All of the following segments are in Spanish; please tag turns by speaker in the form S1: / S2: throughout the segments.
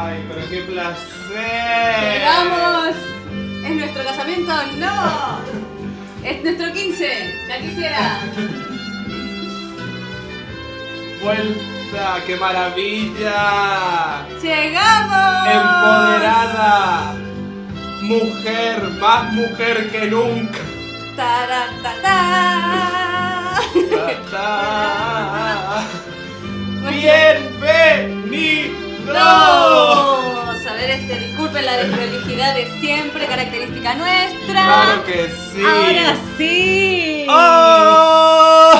S1: Ay, pero qué placer.
S2: ¡Llegamos! ¿Es nuestro casamiento? ¡No! ¡Es nuestro 15! ¡La quisiera!
S1: ¡Vuelta! ¡Qué maravilla!
S2: ¡Llegamos!
S1: ¡Empoderada! ¡Mujer! ¡Más mujer que nunca!
S2: ¡Taratatá!
S1: ¡Bienvenidos!
S2: A ver, disculpen la desprolijidad de siempre, característica nuestra.
S1: ¡Claro que sí!
S2: ¡Ahora sí!
S1: ¡Oh!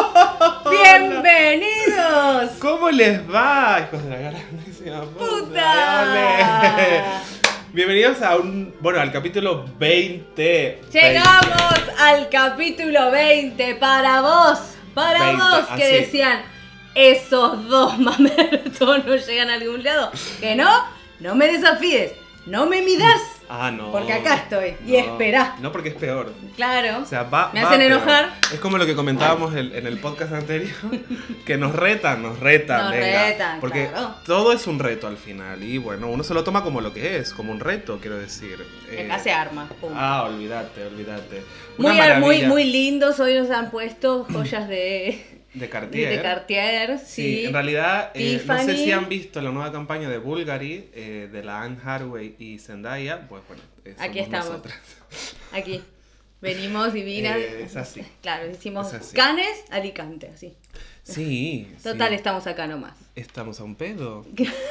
S2: ¡Bienvenidos!
S1: ¿Cómo les va, hijos de la grandísima
S2: ¡Puta!
S1: Bienvenidos a al capítulo 20.
S2: Llegamos al capítulo 20 para vos
S1: 20,
S2: vos que
S1: así.
S2: decían esos dos mamertos no llegan a algún lado. Que no me desafíes, no me midas.
S1: Ah, no.
S2: Porque acá estoy y
S1: No,
S2: esperá.
S1: No, porque es peor.
S2: Claro.
S1: O sea,
S2: Me
S1: va
S2: hacen
S1: peor.
S2: enojar.
S1: Es como lo que comentábamos en el podcast anterior, que nos retan,
S2: Nos
S1: venga.
S2: retan,
S1: porque
S2: claro.
S1: todo es un reto al final y bueno, uno se lo toma como lo que es, como un reto, quiero decir.
S2: Acá se arma. Pum.
S1: Olvídate. Una
S2: Muy
S1: maravilla.
S2: lindos. Hoy nos han puesto joyas de
S1: Cartier.
S2: De Cartier, sí.
S1: En realidad, no sé
S2: Tiffany.
S1: si han visto la nueva campaña de Bulgari, de la Anne Hathaway y Zendaya. Pues bueno,
S2: Aquí
S1: somos
S2: estamos.
S1: nosotras.
S2: Aquí. Venimos divinas.
S1: Es así.
S2: Claro, hicimos
S1: Es así.
S2: Canes, Alicante, así.
S1: Sí.
S2: Total,
S1: sí.
S2: estamos acá nomás.
S1: Estamos a un pedo.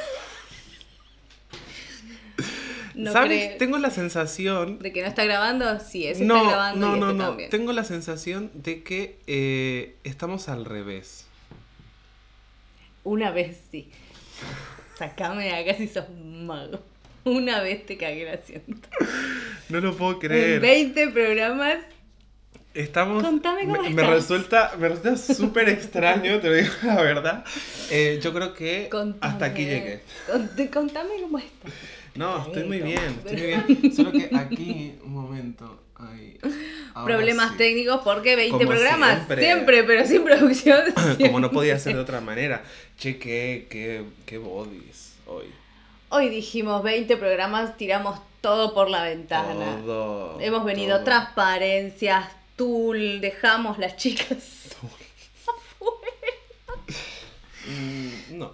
S2: No
S1: ¿Sabes?
S2: creo-
S1: Tengo la sensación...
S2: ¿De que no está grabando? Sí, ese está grabando y este
S1: no.
S2: también.
S1: Tengo la sensación de que estamos al revés.
S2: Una vez sí. Sacame de acá si sos un mago. Una vez te cagué el asiento.
S1: No lo puedo
S2: En
S1: creer.
S2: 20 programas.
S1: Estamos.
S2: Contame cómo
S1: me
S2: estás.
S1: resulta súper extraño, te lo digo la verdad. Yo creo que
S2: Contame.
S1: hasta aquí llegué.
S2: Contame cómo estás.
S1: No, estoy muy bien,
S2: Pero-
S1: estoy muy bien. Solo que aquí, un momento. Ahora
S2: Problemas
S1: sí.
S2: técnicos porque 20
S1: Como
S2: programas.
S1: siempre.
S2: Pero sin producción.
S1: Como no podía ser de otra manera. Che, qué bodies hoy.
S2: Hoy dijimos 20 programas, tiramos todo por la ventana.
S1: Todo.
S2: Hemos venido
S1: todo.
S2: transparencias, tul, dejamos las chicas.
S1: No.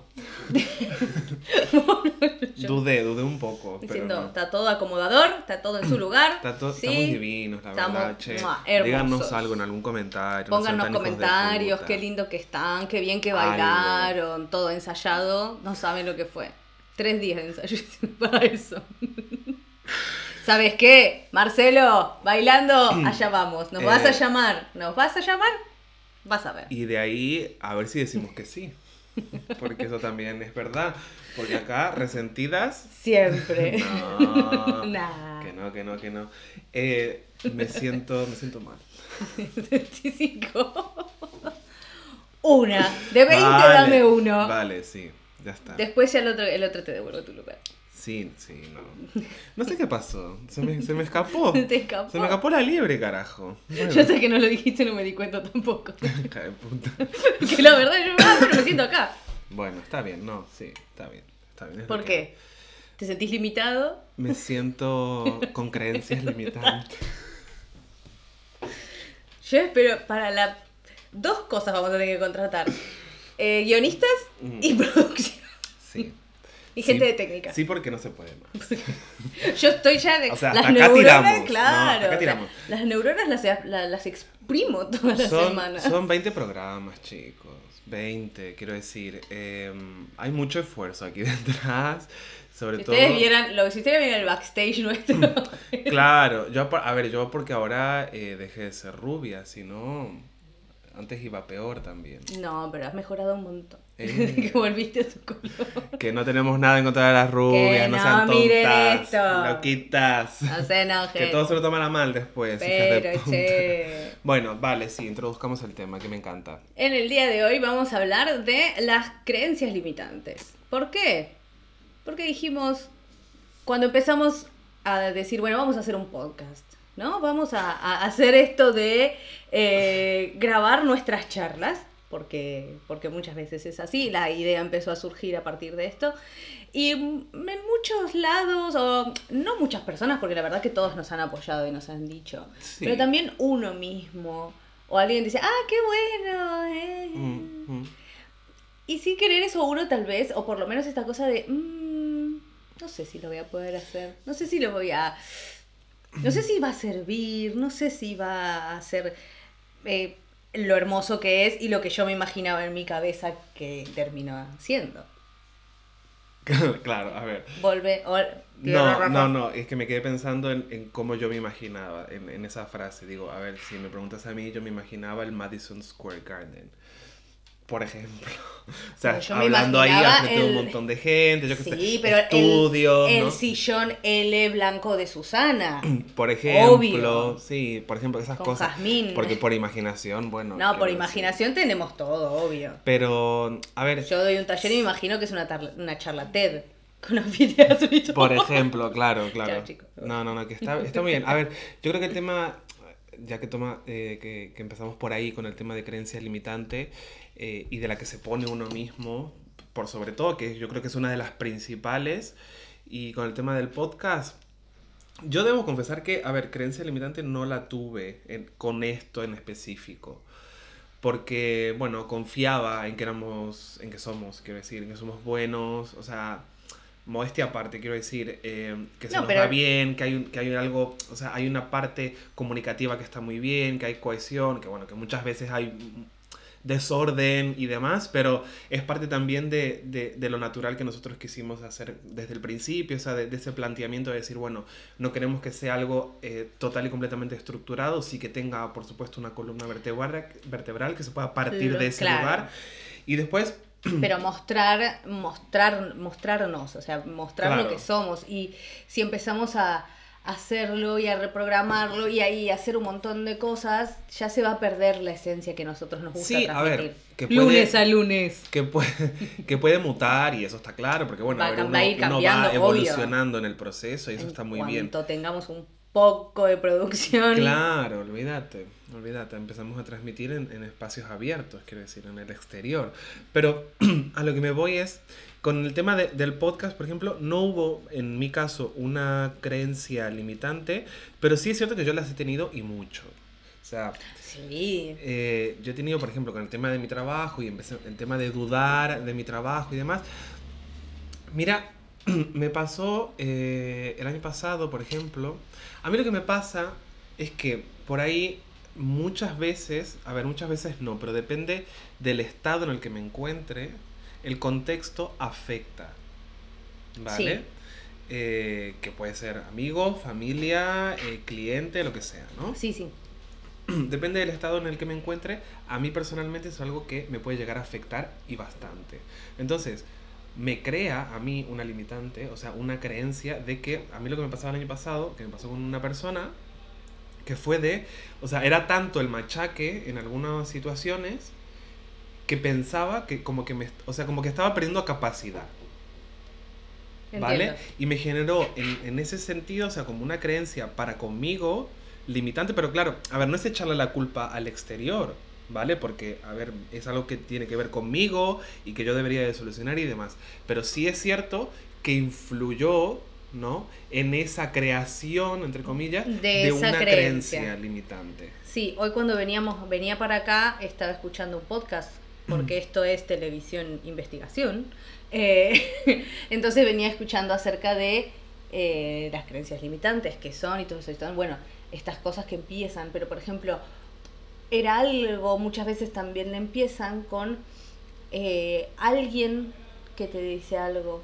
S2: Yo
S1: Dudé un poco.
S2: diciendo,
S1: pero no.
S2: está todo acomodador, está todo en su lugar.
S1: Estamos
S2: ¿sí?
S1: divinos, la
S2: Estamos,
S1: verdad, che.
S2: hermosos.
S1: Díganos algo en algún comentario. no sean
S2: Pónganos
S1: tan hijos de
S2: comentarios,
S1: puta.
S2: qué lindo que están, qué bien que
S1: Algo.
S2: bailaron, todo ensayado. No saben lo que fue. 3 días de ensayo para eso. ¿Sabes qué? Marcelo, bailando, allá vamos. ¿Nos vas a llamar? ¿Nos vas a llamar? Vas a ver.
S1: Y de ahí, a ver si decimos que sí. Porque eso también es verdad. Porque acá, resentidas.
S2: Siempre.
S1: No.
S2: Nah.
S1: Que no. Me siento mal.
S2: 25. Una. De 20
S1: Vale,
S2: dame uno.
S1: Vale, sí. Ya está.
S2: Después ya el otro te devuelvo tu lugar.
S1: Sí, no. No sé qué pasó. Se me escapó.
S2: Te escapó.
S1: Se me escapó la liebre, carajo. Bueno.
S2: Yo hasta que no lo dijiste no me di cuenta tampoco.
S1: Hija de puta.
S2: Que la verdad yo pero me siento acá.
S1: Bueno, está bien, no, sí, está bien. es lo
S2: ¿Por
S1: que
S2: qué? ¿Te sentís limitado?
S1: Me siento con creencias limitantes.
S2: Yo espero para dos cosas vamos a tener que contratar. Guionistas y producción.
S1: Sí.
S2: Y gente
S1: Sí,
S2: de técnica.
S1: Sí, porque no se puede más.
S2: Yo estoy ya de...
S1: O sea,
S2: las
S1: hasta acá
S2: neuronas,
S1: tiramos.
S2: claro.
S1: No, hasta acá
S2: o sea,
S1: tiramos.
S2: las neuronas las exprimo todas las semanas.
S1: Son 20 programas, chicos. 20, quiero decir. Hay mucho esfuerzo aquí detrás. Sobre
S2: Si
S1: todo.
S2: ustedes vieran el backstage nuestro.
S1: Claro, yo porque ahora dejé de ser rubia, si no, antes iba peor también.
S2: No, pero has mejorado un montón.
S1: Eh.
S2: Que volviste a tu color.
S1: Que no tenemos nada en contra de las rubias,
S2: Que
S1: no
S2: no
S1: sean
S2: miren
S1: tontas,
S2: esto.
S1: loquitas.
S2: No se enojen.
S1: Que todo se lo toman a mal después, hijas de
S2: Pero,
S1: puta.
S2: che.
S1: Bueno, vale, sí, introduzcamos el tema, que me encanta.
S2: En el día de hoy vamos a hablar de las creencias limitantes. ¿Por qué? Porque dijimos, cuando empezamos a decir, bueno, vamos a hacer un podcast, ¿no? Vamos a hacer esto de grabar nuestras charlas. porque muchas veces es así. La idea empezó a surgir a partir de esto. Y en muchos lados, o no muchas personas, porque la verdad que todos nos han apoyado y nos han dicho,
S1: Sí.
S2: pero también uno mismo, o alguien dice, qué bueno, Y sin querer eso uno tal vez, o por lo menos esta cosa de, no sé si lo voy a poder hacer, no sé si lo voy a... No sé si va a servir, no sé si va a ser lo hermoso que es y lo que yo me imaginaba en mi cabeza que terminó siendo.
S1: Claro, a ver. No, es que me quedé pensando en cómo yo me imaginaba, en esa frase. Digo, a ver, si me preguntas a mí, yo me imaginaba el Madison Square Garden, por ejemplo. O sea,
S2: Yo me
S1: hablando ahí
S2: imaginaba
S1: frente de un montón de gente, yo qué
S2: Sí,
S1: sé,
S2: pero
S1: estudios,
S2: el
S1: ¿no?
S2: sillón L blanco de Susana.
S1: Por ejemplo,
S2: Obvio.
S1: sí, por ejemplo, esas
S2: Con
S1: cosas.
S2: jazmín.
S1: Porque por imaginación, bueno.
S2: No, por
S1: quiero
S2: imaginación tenemos todo, obvio.
S1: decir. Pero, a ver,
S2: Yo doy un taller y me imagino que es una charla TED con anfiteatro y todo.
S1: por ejemplo, claro.
S2: Chao, chicos.
S1: No, que está muy bien. A ver, yo creo que el tema, ya que empezamos por ahí con el tema de creencias limitantes y de la que se pone uno mismo, por sobre todo, que yo creo que es una de las principales, y con el tema del podcast, yo debo confesar que, a ver, creencia limitante no la tuve con esto en específico. Porque, bueno, confiaba en en que somos, quiero decir, en que somos buenos, o sea, modestia aparte, quiero decir, que se nos da bien, que hay algo, o sea, hay una parte comunicativa que está muy bien, que hay cohesión, que bueno, que muchas veces hay desorden y demás, pero es parte también de lo natural que nosotros quisimos hacer desde el principio, o sea, de ese planteamiento de decir, bueno, no queremos que sea algo total y completamente estructurado, sí que tenga, por supuesto, una columna vertebral que se pueda partir de ese lugar, y después...
S2: Pero mostrarnos, o sea, mostrar
S1: Claro.
S2: lo que somos. Y si empezamos a hacerlo y a reprogramarlo y ahí hacer un montón de cosas, ya se va a perder la esencia que a nosotros nos gusta
S1: Sí,
S2: transmitir.
S1: a ver,
S2: Lunes a lunes.
S1: Que puede mutar y eso está claro, porque bueno,
S2: Va
S1: a ver,
S2: a ir
S1: uno
S2: cambiando,
S1: va evolucionando en el proceso y eso está muy bien.
S2: En cuanto tengamos un poco de producción.
S1: Claro, olvídate, empezamos a transmitir en espacios abiertos, quiero decir, en el exterior. Pero a lo que me voy es, con el tema del podcast, por ejemplo, no hubo, en mi caso, una creencia limitante, pero sí es cierto que yo las he tenido y mucho. O sea,
S2: sí.
S1: Yo he tenido, por ejemplo, con el tema de mi trabajo y empecé el tema de dudar de mi trabajo y demás. Mira, me pasó el año pasado, por ejemplo. A mí lo que me pasa es que por ahí muchas veces no, pero depende del estado en el que me encuentre, el contexto afecta, ¿vale?
S2: Sí.
S1: Que puede ser amigo, familia, cliente, lo que sea, ¿no?
S2: Sí, sí.
S1: Depende del estado en el que me encuentre, a mí personalmente es algo que me puede llegar a afectar y bastante. Entonces, me crea a mí una limitante, o sea, una creencia de que a mí lo que me pasaba el año pasado, que me pasó con una persona, que fue o sea, era tanto el machaque en algunas situaciones que pensaba que como que como que estaba perdiendo capacidad. ¿Vale?
S2: Entiendo.
S1: Y me generó en ese sentido, o sea, como una creencia para conmigo limitante, pero claro, a ver, no es echarle la culpa al exterior, ¿vale? Porque, a ver, es algo que tiene que ver conmigo y que yo debería de solucionar y demás. Pero sí es cierto que influyó, ¿no? En esa creación, entre comillas, de
S2: esa
S1: una
S2: creencia
S1: limitante.
S2: Sí, hoy cuando venía para acá, estaba escuchando un podcast, porque esto es televisión investigación. Entonces venía escuchando acerca de las creencias limitantes, que son y todo eso. Bueno, estas cosas que empiezan, pero por ejemplo, era algo, muchas veces también empiezan con alguien que te dice algo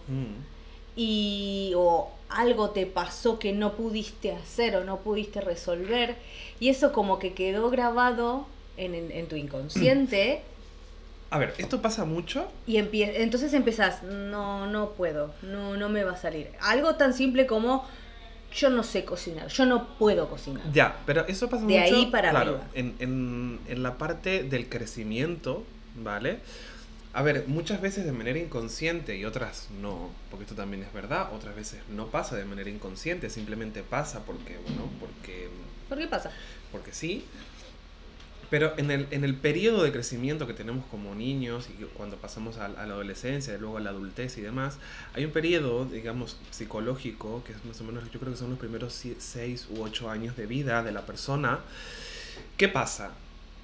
S2: o algo te pasó que no pudiste hacer o no pudiste resolver, y eso como que quedó grabado en tu inconsciente.
S1: A ver, esto pasa mucho.
S2: Y entonces empezás, no puedo, no me va a salir. Algo tan simple como, yo no sé cocinar, yo no puedo cocinar.
S1: Ya, pero eso pasa
S2: de
S1: mucho,
S2: ahí para
S1: claro,
S2: arriba.
S1: en la parte del crecimiento, ¿vale? A ver, muchas veces de manera inconsciente y otras no, porque esto también es verdad, otras veces no pasa de manera inconsciente, simplemente pasa porque, bueno,
S2: ¿Por qué pasa?
S1: porque sí. Pero en el periodo de crecimiento que tenemos como niños y cuando pasamos a la adolescencia y luego a la adultez y demás, hay un periodo, digamos, psicológico, que es más o menos, yo creo que son los primeros 6 u 8 años de vida de la persona. ¿Qué pasa?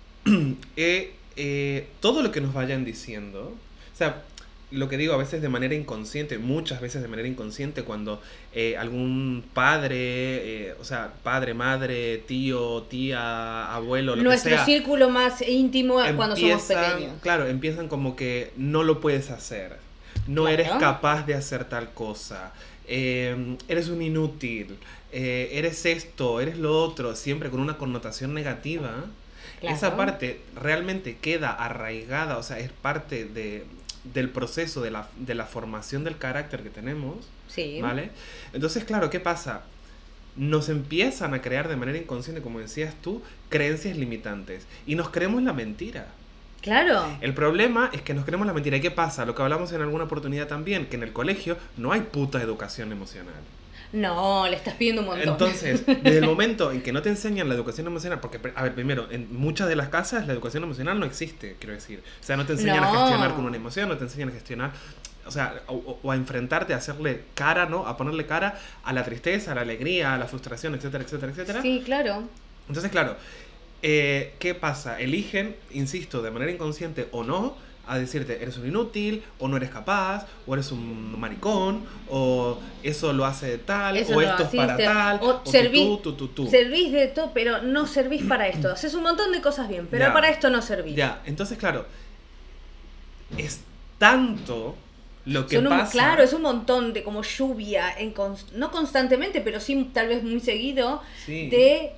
S1: Todo lo que nos vayan diciendo, o sea, lo que digo a veces de manera inconsciente, muchas veces de manera inconsciente, cuando algún padre, o sea, padre, madre, tío, tía, abuelo, lo
S2: Nuestro
S1: que sea,
S2: círculo más íntimo cuando somos pequeños.
S1: claro, empiezan como que no lo puedes hacer, no
S2: Claro.
S1: eres capaz de hacer tal cosa, eres un inútil, eres esto, eres lo otro, siempre con una connotación negativa.
S2: Claro.
S1: Esa parte realmente queda arraigada, o sea, es parte del proceso de la formación del carácter que tenemos,
S2: Sí.
S1: ¿vale? Entonces, claro, ¿qué pasa? Nos empiezan a crear de manera inconsciente, como decías tú, creencias limitantes y nos creemos la mentira.
S2: Claro.
S1: El problema es que nos creemos la mentira. ¿Y qué pasa? Lo que hablamos en alguna oportunidad también, que en el colegio no hay puta educación emocional.
S2: No, le estás pidiendo un montón.
S1: Entonces, desde el momento en que no te enseñan la educación emocional, porque, a ver, primero, en muchas de las casas la educación emocional no existe, quiero decir. O sea, no te enseñan a gestionar con una emoción, no te enseñan a gestionar, o sea, o a enfrentarte, a hacerle cara, ¿no? A ponerle cara a la tristeza, a la alegría, a la frustración, etcétera, etcétera, etcétera.
S2: Sí, claro.
S1: Entonces, claro, ¿qué pasa? Eligen, insisto, de manera inconsciente o no, a decirte, eres un inútil, o no eres capaz, o eres un maricón, o eso lo hace de tal,
S2: Eso
S1: o
S2: no
S1: esto es para
S2: asiste.
S1: tal,
S2: O
S1: o tú.
S2: servís de todo, pero no servís para esto. Haces un montón de cosas bien, pero
S1: Ya.
S2: para esto no servís.
S1: Ya, entonces, claro, es tanto lo que
S2: Son
S1: pasa.
S2: claro, es un montón de como lluvia, no constantemente, pero sí tal vez muy seguido,
S1: Sí.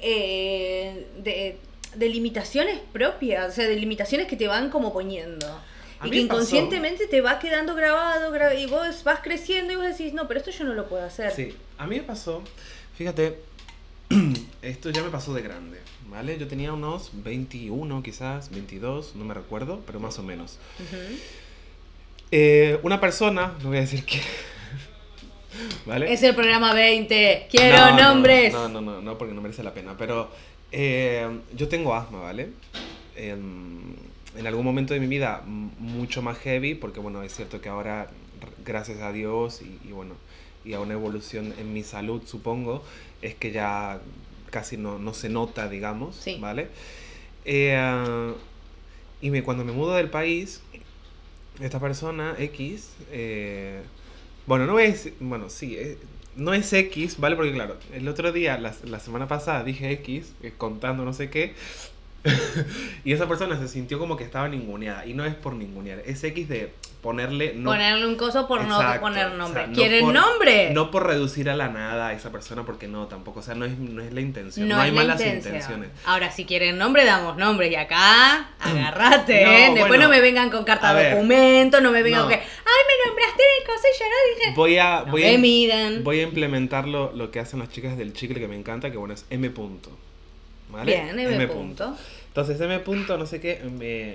S2: de limitaciones propias, o sea, de limitaciones que te van como poniendo.
S1: A
S2: Y
S1: mí
S2: que
S1: me pasó.
S2: inconscientemente te va quedando grabado, y vos vas creciendo y vos decís, no, pero esto yo no lo puedo hacer.
S1: Sí, a mí me pasó, fíjate, esto ya me pasó de grande, ¿vale? Yo tenía unos 21 quizás, 22, no me recuerdo, pero más o menos.
S2: Ujú.
S1: Una persona, no voy a decir quién, ¿vale?
S2: Es el programa 20, quiero nombres.
S1: No, porque no merece la pena, pero yo tengo asma, ¿vale? En algún momento de mi vida mucho más heavy, porque bueno, es cierto que ahora, gracias a Dios y bueno, y a una evolución en mi salud, supongo, es que ya casi no se nota, digamos,
S2: Sí.
S1: ¿vale? Cuando me mudo del país, esta persona, X, bueno, no es, bueno, sí, no es X, ¿vale? Porque claro, el otro día, la semana pasada, dije X, contando no sé qué, y esa persona se sintió como que estaba ninguneada, y no es por ningunear, es X de ponerle... No,
S2: Ponerle un coso por
S1: exacto,
S2: no poner nombre.
S1: o sea, no
S2: ¿Quieren
S1: por-
S2: nombre?
S1: No por reducir a la nada a esa persona, porque no, tampoco, o sea, no es la intención, no,
S2: No
S1: hay
S2: es la
S1: malas
S2: intención.
S1: intenciones.
S2: Ahora, si quieren nombre, damos nombre. Y acá, agarrate,
S1: No,
S2: ¿eh? Después
S1: bueno,
S2: no me vengan con carta
S1: a
S2: de
S1: ver,
S2: documento, no me vengan
S1: no.
S2: con que, ay, me nombraste de cosa y yo no dije. No me midan.
S1: Voy a implementar lo que hacen las chicas del chicle, que me encanta, que bueno, es M punto, ¿vale?
S2: Bien, M punto.
S1: Entonces M punto, no sé qué,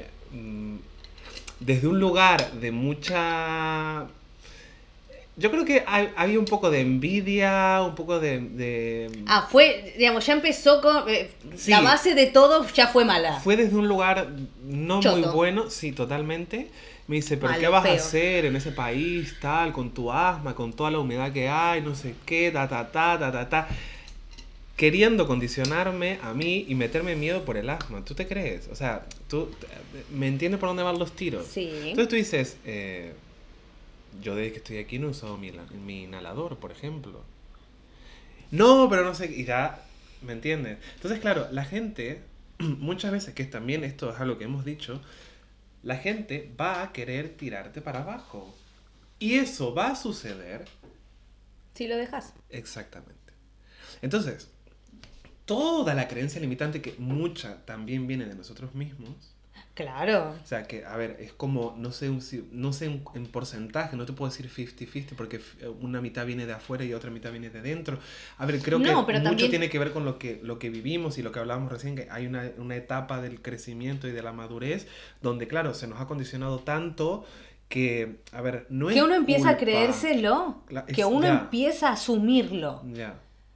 S1: desde un lugar de mucha... Yo creo que había un poco de envidia, un poco de...
S2: Fue, digamos, ya empezó con.
S1: Sí.
S2: La base de todo ya fue mala.
S1: Fue desde un lugar no
S2: Choto.
S1: muy bueno, sí, totalmente. Me dice, ¿pero
S2: Malo,
S1: qué vas a
S2: feo.
S1: hacer en ese país, tal, con tu asma, con toda la humedad que hay, no sé qué, ta. Queriendo condicionarme a mí y meterme miedo por el asma. ¿Tú te crees? O sea, ¿me entiendes por dónde van los tiros?
S2: Sí.
S1: Entonces tú dices, yo desde que estoy aquí no he usado mi inhalador, por ejemplo. No, pero no sé, y ya, ¿me entiendes? Entonces, claro, la gente, muchas veces, que también esto es algo que hemos dicho, la gente va a querer tirarte para abajo. Y eso va a suceder.
S2: Si lo dejas.
S1: Exactamente. Entonces, toda la creencia limitante, que mucha también viene de nosotros mismos.
S2: Claro.
S1: O sea, que, a ver, es como, no sé en porcentaje, no te puedo decir 50-50 porque una mitad viene de afuera y otra mitad viene de dentro. A ver, creo que
S2: pero
S1: mucho
S2: también...
S1: tiene que ver con lo que vivimos y lo que hablábamos recién, que hay una etapa del crecimiento y de la madurez donde, claro, se nos ha condicionado tanto que, a ver, no es
S2: Que uno empieza a
S1: culpa.
S2: creérselo, que uno
S1: Ya.
S2: empieza a asumirlo.
S1: Ya.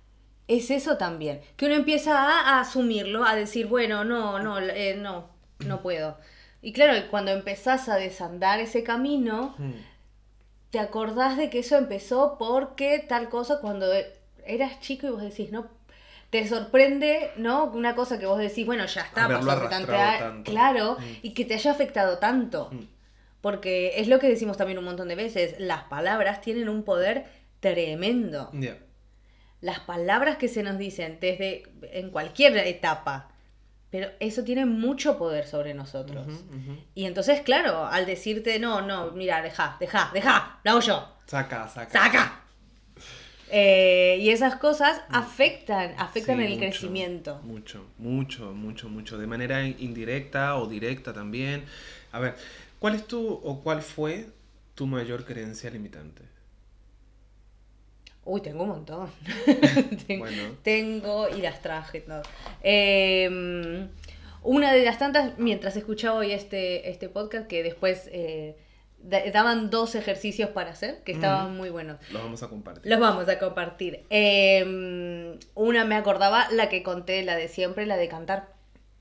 S2: es eso también. Que uno empieza a asumirlo, a decir, bueno, no puedo. Y claro, cuando empezás a desandar ese camino, te acordás de que eso empezó porque tal cosa cuando eras chico y vos decís, no, te sorprende, ¿no? Una cosa que vos decís, bueno, ya está,
S1: Haberlo
S2: pasó hace
S1: tanto.
S2: claro, y que te haya afectado tanto. Porque es lo que decimos también un montón de veces, las palabras tienen un poder tremendo.
S1: Yeah.
S2: Las palabras que se nos dicen desde en cualquier etapa, pero eso tiene mucho poder sobre nosotros. Y entonces, claro, al decirte, no, mira, deja, lo hago yo. Saca. Y esas cosas afectan
S1: Sí,
S2: el
S1: mucho,
S2: crecimiento.
S1: Mucho. De manera indirecta o directa también. A ver, ¿cuál fue tu mayor creencia limitante?
S2: Uy, tengo un montón.
S1: Bueno.
S2: Tengo y las traje. No. Una de las tantas, mientras escuchaba hoy este podcast, que después daban 2 ejercicios para hacer, que estaban muy buenos.
S1: Los vamos a compartir.
S2: Los vamos a compartir. Una me acordaba, la que conté, la de siempre, la de cantar.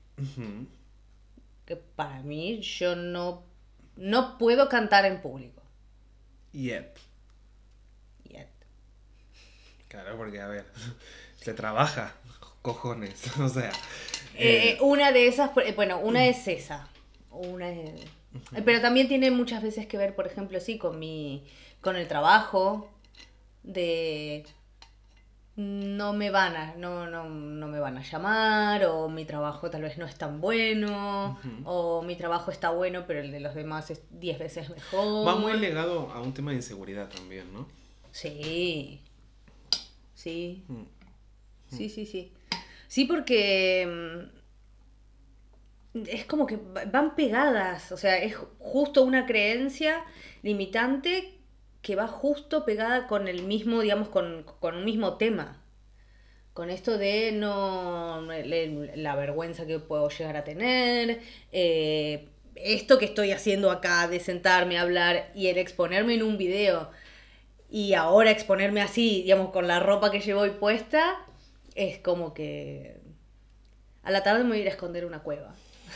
S2: Que para mí, yo no puedo cantar en público.
S1: Yet. Claro, porque, a ver, se trabaja, cojones, o sea.
S2: Una de esas, bueno, una es esa. Pero también tiene muchas veces que ver, por ejemplo, sí, con el trabajo, de no me van a llamar, o mi trabajo tal vez no es tan bueno, o mi trabajo está bueno, pero el de los demás es 10 veces mejor.
S1: Va muy ligado a un tema de inseguridad también, ¿no?
S2: Sí. Sí. Sí, porque es como que van pegadas, o sea, es justo una creencia limitante que va justo pegada con el mismo, digamos, con un mismo tema. Con esto de la vergüenza que puedo llegar a tener, esto que estoy haciendo acá de sentarme a hablar y el exponerme en un video y ahora exponerme así, digamos, con la ropa que llevo hoy puesta, es como que a la tarde me voy a ir a esconder una cueva.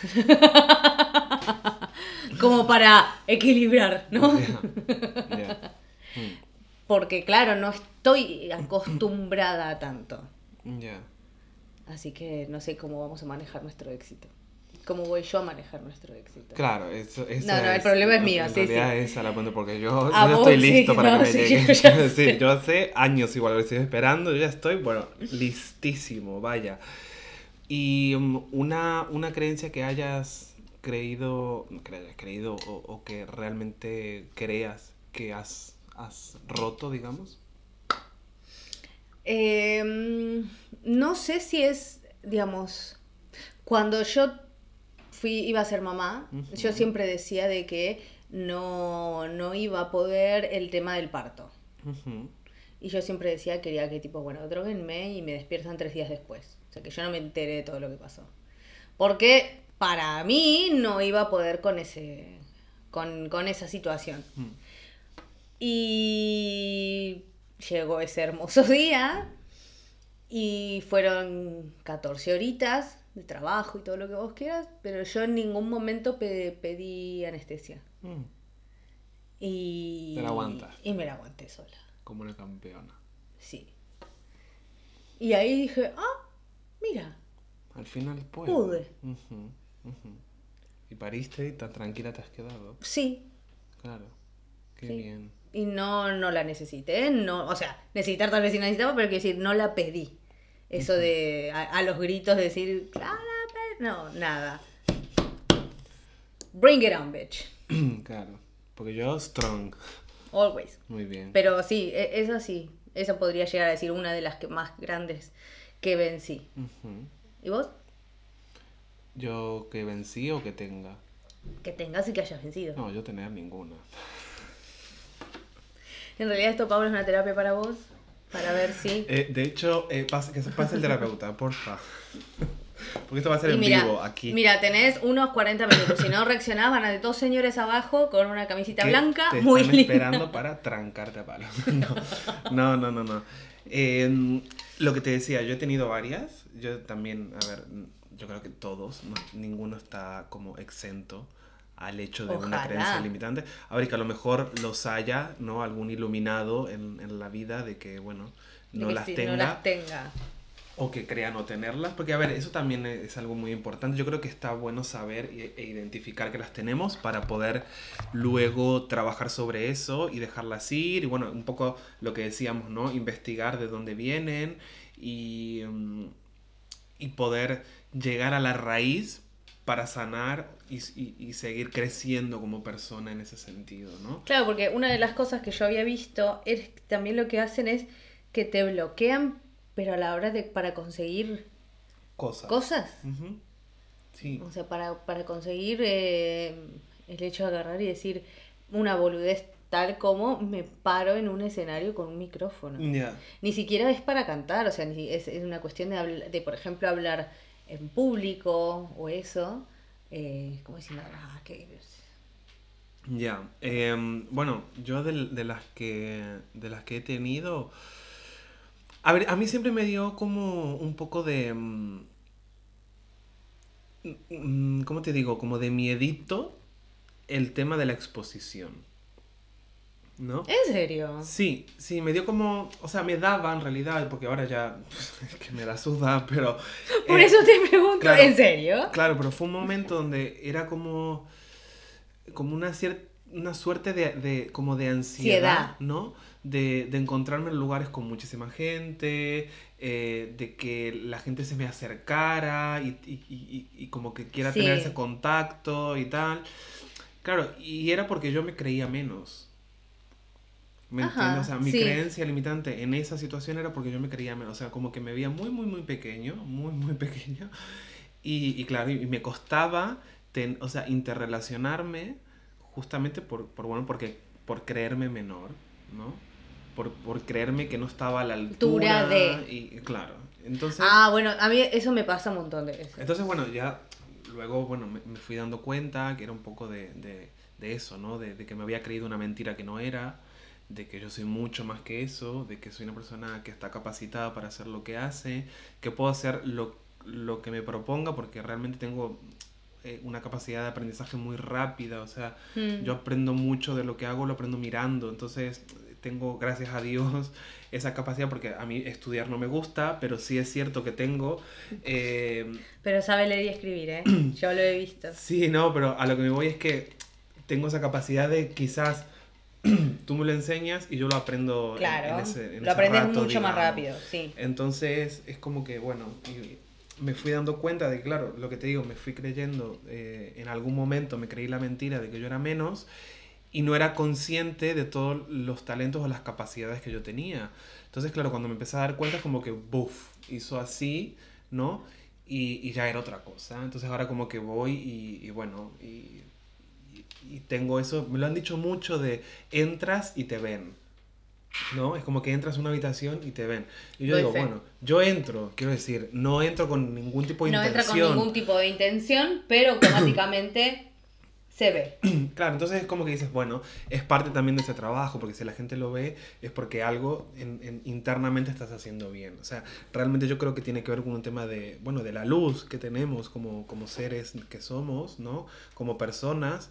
S2: Como para equilibrar, ¿no?
S1: Yeah.
S2: Porque claro, no estoy acostumbrada a tanto.
S1: Ya.
S2: Así que no sé cómo vamos a manejar nuestro éxito. ¿Cómo voy yo a manejar nuestro éxito?
S1: Claro, eso
S2: No, el problema es mío,
S1: en
S2: sí.
S1: realidad esa la cuento porque yo
S2: A
S1: no
S2: vos,
S1: estoy listo
S2: sí,
S1: para
S2: no,
S1: que me
S2: sí,
S1: llegue.
S2: yo ya sé.
S1: Sí, yo hace años igual lo estoy esperando, yo ya estoy, bueno, listísimo, vaya. Y una creencia que hayas creído o que realmente creas que has roto, digamos.
S2: No sé si es, digamos, cuando yo iba a ser mamá, yo siempre decía de que no iba a poder el tema del parto. Y yo siempre decía, quería que tipo, bueno, dróguenme y me despiertan 3 días después. O sea, que yo no me enteré de todo lo que pasó. Porque para mí no iba a poder con esa situación. Y llegó ese hermoso día y fueron 14 horitas de trabajo y todo lo que vos quieras, pero yo en ningún momento pedí anestesia. Y
S1: Te la aguantas.
S2: Y me la aguanté sola.
S1: Como una campeona.
S2: Sí. Y ahí dije, mira.
S1: Al final
S2: pude.
S1: Y pariste y tan tranquila te has quedado.
S2: Sí.
S1: Claro. Qué
S2: sí.
S1: bien.
S2: Y no la necesité, no, o sea, necesitar tal vez sí necesitaba, pero quiero decir, no la pedí. Eso de a los gritos de decir, no, nada. Bring it on, bitch.
S1: Claro, porque yo strong.
S2: Always.
S1: Muy bien.
S2: Pero sí, esa sí, esa podría llegar a decir una de las más grandes que vencí. ¿Y vos?
S1: ¿Yo que vencí o que tenga?
S2: Que tengas y que hayas vencido.
S1: No, yo tener ninguna.
S2: En realidad esto, Pablo, es una terapia para vos, para ver si...
S1: De hecho, que se pase el terapeuta, porfa. Porque esto va a ser vivo aquí.
S2: Mira, tenés unos 40 minutos. Si no reaccionás, van a de 2 señores abajo con una camisita blanca.
S1: Te
S2: muy
S1: están
S2: linda.
S1: esperando para trancarte a palo. No. Lo que te decía, yo he tenido varias. Yo también, a ver, yo creo que todos, ninguno está como exento al hecho de una creencia
S2: Ojalá.
S1: limitante. A ver, que a lo mejor los haya, ¿no? Algún iluminado en la vida de que, bueno,
S2: De
S1: no
S2: que
S1: las
S2: si no las
S1: tenga
S2: tenga.
S1: o que crea no tenerlas. Porque, a ver, eso también es algo muy importante. Yo creo que está bueno saber e identificar que las tenemos para poder luego trabajar sobre eso y dejarlas ir. Y bueno, un poco lo que decíamos, ¿no? Investigar de dónde vienen y, y poder llegar a la raíz para sanar y seguir creciendo como persona en ese sentido, ¿no?
S2: Claro, porque una de las cosas que yo había visto es que también lo que hacen es que te bloquean, pero a la hora de para conseguir
S1: Cosas.
S2: cosas.
S1: Ujú. Sí.
S2: O sea, para conseguir el hecho de agarrar y decir una boludez tal como me paro en un escenario con un micrófono.
S1: Ya.
S2: Ni siquiera es para cantar, o sea, es una cuestión de, por ejemplo, hablar en público o eso. Como diciendo, ah, qué...
S1: Ya. Bueno, yo de las que he tenido. A ver, a mí siempre me dio como un poco de. ¿Cómo te digo? Como de miedito el tema de la exposición, ¿no?
S2: ¿En serio?
S1: Sí, sí, me dio como, o sea, me daba en realidad, porque ahora ya es que me la suda, pero
S2: Por eso te pregunto,
S1: claro,
S2: ¿en serio?
S1: claro, pero fue un momento donde era como una suerte como de ansiedad,
S2: Ansiedad.
S1: ¿no? De encontrarme en lugares con muchísima gente, de que la gente se me acercara y como que quiera tener ese
S2: Sí.
S1: contacto y tal. Claro, y era porque yo me creía menos. ¿Me entiendes? O
S2: Ajá,
S1: sea, mi
S2: sí.
S1: creencia limitante en esa situación era porque yo me creía menos. O sea, como que me veía muy, muy, muy pequeño, muy, muy pequeño. Y claro, y me costaba, o sea, interrelacionarme justamente bueno, por creerme menor, ¿no? Por creerme que no estaba a la
S2: Altura
S1: altura
S2: de...
S1: y claro. Entonces,
S2: Ah, bueno, a mí eso me pasa un montón de veces.
S1: entonces bueno, ya luego, bueno, me fui dando cuenta que era un poco de eso, ¿no? De que me había creído una mentira que no era, de que yo soy mucho más que eso, de que soy una persona que está capacitada para hacer lo que hace, que puedo hacer lo que me proponga porque realmente tengo una capacidad de aprendizaje muy rápida, o sea, yo
S2: Mm.
S1: aprendo mucho de lo que hago, lo aprendo mirando, entonces tengo, gracias a Dios, esa capacidad porque a mí estudiar no me gusta, pero sí es cierto que tengo...
S2: Pero sabe leer y escribir, ¿eh? Yo lo he visto.
S1: Sí, no, pero a lo que me voy es que tengo esa capacidad de quizás tú me lo enseñas y yo lo aprendo en
S2: Claro,
S1: ese, en
S2: lo
S1: ese
S2: aprendes
S1: rato,
S2: mucho más
S1: digamos.
S2: rápido, sí.
S1: Entonces es como que, bueno, y me fui dando cuenta de que, claro, lo que te digo, me fui creyendo, en algún momento me creí la mentira de que yo era menos y no era consciente de todos los talentos o las capacidades que yo tenía. Entonces, claro, cuando me empecé a dar cuenta, como que, buf, hizo así, ¿no? Y ya era otra cosa. Entonces ahora como que voy y bueno, y tengo eso, me lo han dicho mucho de entras y te ven, ¿no? Es como que entras a una habitación y te ven. Y yo
S2: Doy
S1: digo,
S2: fe.
S1: bueno, yo entro, quiero decir, no entro con ningún tipo de
S2: No entra con
S1: intención.
S2: ningún tipo de intención, pero automáticamente se ve.
S1: Claro, entonces es como que dices, bueno, es parte también de ese trabajo, porque si la gente lo ve es porque algo internamente estás haciendo bien. O sea, realmente yo creo que tiene que ver con un tema de, bueno, de la luz que tenemos como seres que somos, ¿no? Como personas,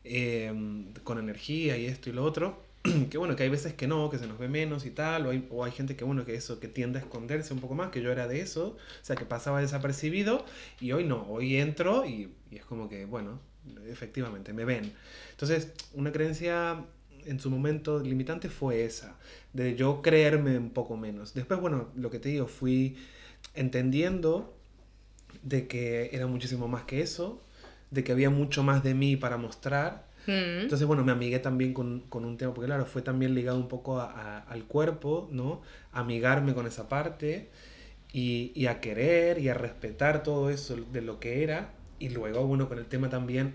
S1: con energía y esto y lo otro. Que bueno, que hay veces que no, que se nos ve menos y tal, o hay gente que bueno, que eso, que tiende a esconderse un poco más, que yo era de eso, o sea, que pasaba desapercibido, y hoy no, hoy entro y es como que, bueno, efectivamente, me ven. Entonces, una creencia en su momento limitante fue esa, de yo creerme un poco menos. Después, bueno, lo que te digo, fui entendiendo de que era muchísimo más que eso, de que había mucho más de mí para mostrar.
S2: Mm.
S1: Entonces, bueno, me amigué también con un tema, porque claro, fue también ligado un poco al cuerpo, ¿no? Amigarme con esa parte y a querer y a respetar todo eso de lo que era. Y luego, bueno, con el tema también,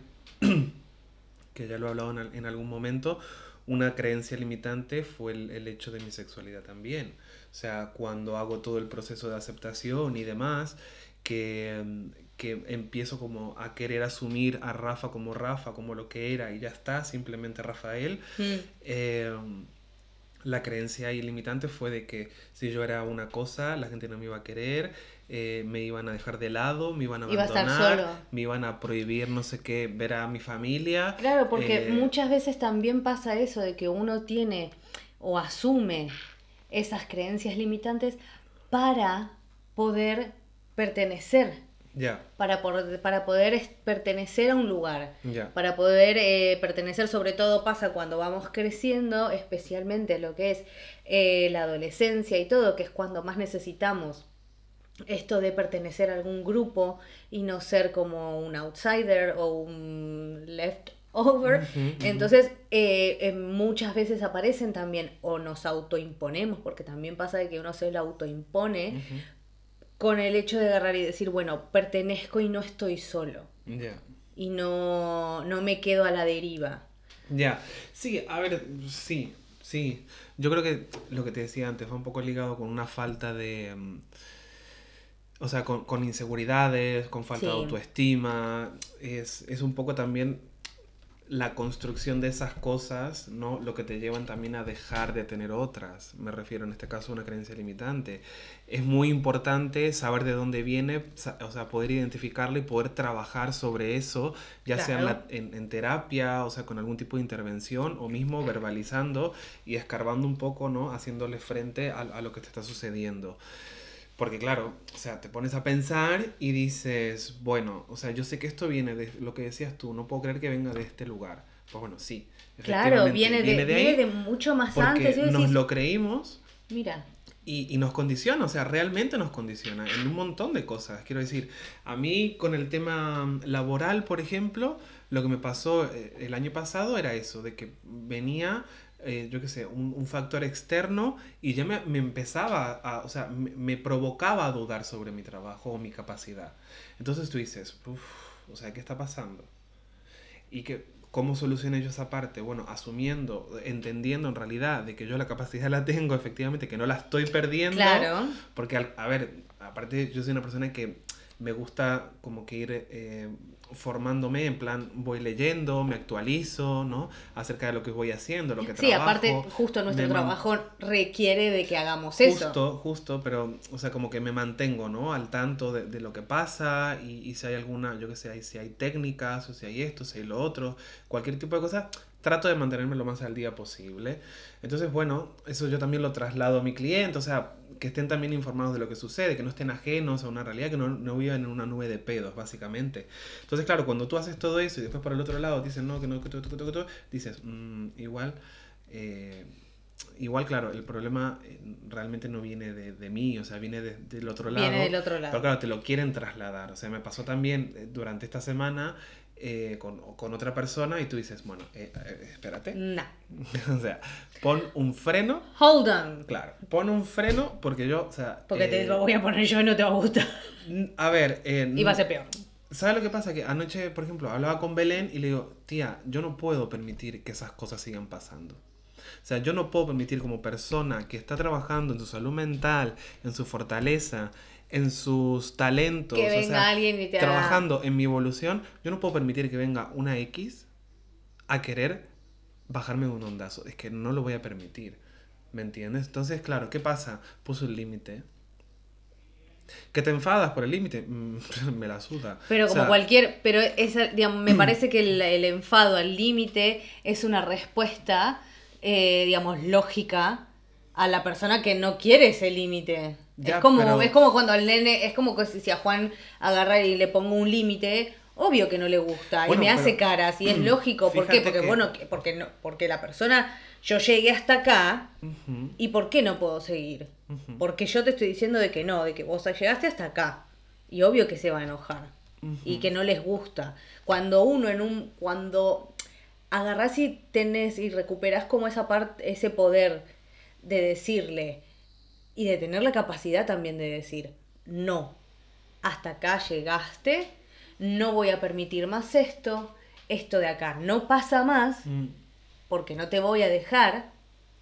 S1: que ya lo he hablado en algún momento, una creencia limitante fue el hecho de mi sexualidad también. O sea, cuando hago todo el proceso de aceptación y demás, que empiezo como a querer asumir a Rafa, como lo que era y ya está, simplemente Rafael,
S2: Mm.
S1: eh, la creencia ilimitante fue de que si yo era una cosa, la gente no me iba a querer, me iban a dejar de lado, me iban a
S2: Iba a estar
S1: abandonar,
S2: solo.
S1: me iban a prohibir no sé qué, ver a mi familia.
S2: Claro, porque
S1: eh,
S2: muchas veces también pasa eso de que uno tiene o asume esas creencias limitantes para poder pertenecer,
S1: ya,
S2: para poder pertenecer a un lugar,
S1: ya,
S2: para poder pertenecer, sobre todo pasa cuando vamos creciendo, especialmente lo que es la adolescencia y todo, que es cuando más necesitamos esto de pertenecer a algún grupo y no ser como un outsider o un leftover.
S1: ujú, ujú,
S2: Entonces, muchas veces aparecen también, o nos autoimponemos, porque también pasa de que uno se lo autoimpone
S1: ujú,
S2: con el hecho de agarrar y decir, bueno, pertenezco y no estoy solo.
S1: ya.
S2: Y no me quedo a la deriva.
S1: Ya, sí, a ver, sí, sí. Yo creo que lo que te decía antes va un poco ligado con una falta de, o sea, con inseguridades, con falta de
S2: Sí,
S1: autoestima. Es un poco también la construcción de esas cosas, ¿no? Lo que te llevan también a dejar de tener otras. Me refiero en este caso a una creencia limitante. Es muy importante saber de dónde viene, o sea, poder identificarla y poder trabajar sobre eso, ya sea en,
S2: claro.
S1: en terapia, o sea, con algún tipo de intervención, o mismo verbalizando y escarbando un poco, ¿no? Haciéndole frente a lo que te está sucediendo. Porque claro, o sea, te pones a pensar y dices, bueno, o sea, yo sé que esto viene de lo que decías tú, no puedo creer que venga de este lugar. Pues bueno, sí,
S2: Claro,
S1: efectivamente, viene de
S2: viene de
S1: ahí
S2: mucho más antes.
S1: porque
S2: Y vos
S1: nos
S2: decís,
S1: lo creímos
S2: mira,
S1: y nos condiciona, o sea, realmente nos condiciona en un montón de cosas. Quiero decir, a mí con el tema laboral, por ejemplo, lo que me pasó el año pasado era eso, de que venía, yo qué sé, un factor externo y ya me empezaba o sea, me provocaba a dudar sobre mi trabajo o mi capacidad. Entonces tú dices, uff, o sea, ¿qué está pasando? Y que, ¿cómo solucioné yo esa parte? Bueno, asumiendo, entendiendo en realidad de que yo la capacidad la tengo, efectivamente, que no la estoy perdiendo,
S2: claro.
S1: porque, a ver, aparte yo soy una persona que me gusta como que ir formándome, en plan, voy leyendo, me actualizo, ¿no? Acerca de lo que voy haciendo, lo que
S2: Sí, aparte,
S1: trabajo,
S2: justo nuestro
S1: me man-
S2: trabajo requiere de que hagamos eso.
S1: Justo, pero, o sea, como que me mantengo, ¿no? Al tanto de lo que pasa y si hay alguna, yo qué sé, si hay técnicas o si hay esto, si hay lo otro, cualquier tipo de cosa, trato de mantenerme lo más al día posible. Entonces, bueno, eso yo también lo traslado a mi cliente, o sea, que estén también informados de lo que sucede, que no estén ajenos a una realidad, que no vivan en una nube de pedos, básicamente. Entonces, claro, cuando tú haces todo eso y después por el otro lado dicen, no, que no, que tú", dices, igual... eh, igual, claro, el problema realmente no viene de mí, o sea, viene del otro
S2: Viene
S1: lado,
S2: del otro
S1: pero
S2: lado.
S1: claro, te lo quieren trasladar. O sea, me pasó también durante esta semana con otra persona y tú dices, bueno, espérate,
S2: No.
S1: o sea, pon un freno,
S2: Hold on.
S1: claro, pon un freno porque yo, o sea,
S2: Porque te lo voy a poner yo y no te va a gustar.
S1: a ver,
S2: Y va a ser peor.
S1: ¿sabes lo que pasa? Que anoche, por ejemplo, hablaba con Belén y le digo, tía, yo no puedo permitir que esas cosas sigan pasando. O sea, yo no puedo permitir como persona que está trabajando en su salud mental, en su fortaleza, en sus talentos,
S2: Que
S1: o
S2: venga
S1: sea,
S2: alguien y te haga.
S1: trabajando en mi evolución, yo no puedo permitir que venga una X a querer bajarme de un ondazo. Es que no lo voy a permitir. ¿Me entiendes? Entonces, claro, ¿qué pasa? Puso el límite. ¿Que te enfadas por el límite? Me la suda.
S2: Pero
S1: O
S2: como
S1: sea,
S2: cualquier. Pero esa, digamos, me parece que el enfado al límite es una respuesta, digamos, lógica a la persona que no quiere ese límite.
S1: ya, pero...
S2: Es como cuando al nene, es como que si a Juan agarra y le pongo un límite, obvio que no le gusta y
S1: Bueno,
S2: me hace
S1: pero...
S2: caras y es lógico. ¿Por qué?
S1: Fíjate
S2: Porque
S1: que...
S2: bueno, porque no, porque la persona, yo llegué hasta acá
S1: Ujú,
S2: y ¿por qué no puedo seguir?
S1: ujú,
S2: Porque yo te estoy diciendo de que no, de que vos llegaste hasta acá y obvio que se va a enojar y
S1: ujú.
S2: que no les gusta. Cuando uno cuando agarrás y tenés y recuperás como esa parte, ese poder de decirle y de tener la capacidad también de decir, no, hasta acá llegaste, no voy a permitir más esto de acá no pasa más,
S1: Mm,
S2: porque no te voy a dejar,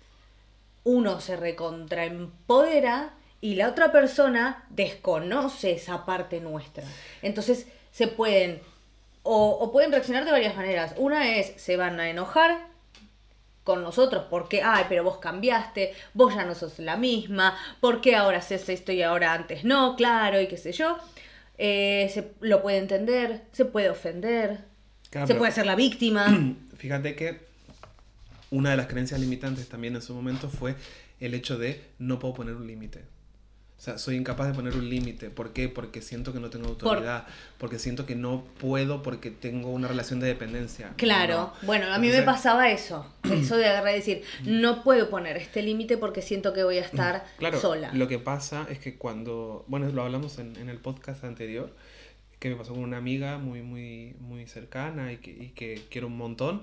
S2: uno se recontraempodera y la otra persona desconoce esa parte nuestra. Entonces se pueden, o pueden reaccionar de varias maneras. Una es, se van a enojar con nosotros, porque, ay, pero vos cambiaste, vos ya no sos la misma, ¿por qué ahora haces esto y ahora antes no? Claro, y qué sé yo. Se lo puede entender, se puede ofender,
S1: Claro,
S2: se
S1: pero
S2: puede hacer la víctima.
S1: fíjate que una de las creencias limitantes también en su momento fue el hecho de no puedo poner un límite. O sea, soy incapaz de poner un límite. ¿Por qué? Porque siento que no tengo autoridad. Porque siento que no puedo porque tengo una relación de dependencia.
S2: Claro,
S1: No.
S2: bueno, a mí
S1: Entonces,
S2: me pasaba eso de agarrar y decir, no puedo poner este límite porque siento que voy a estar
S1: claro,
S2: sola.
S1: lo que pasa es que cuando, bueno, lo hablamos en el podcast anterior, que me pasó con una amiga muy cercana y que quiero un montón,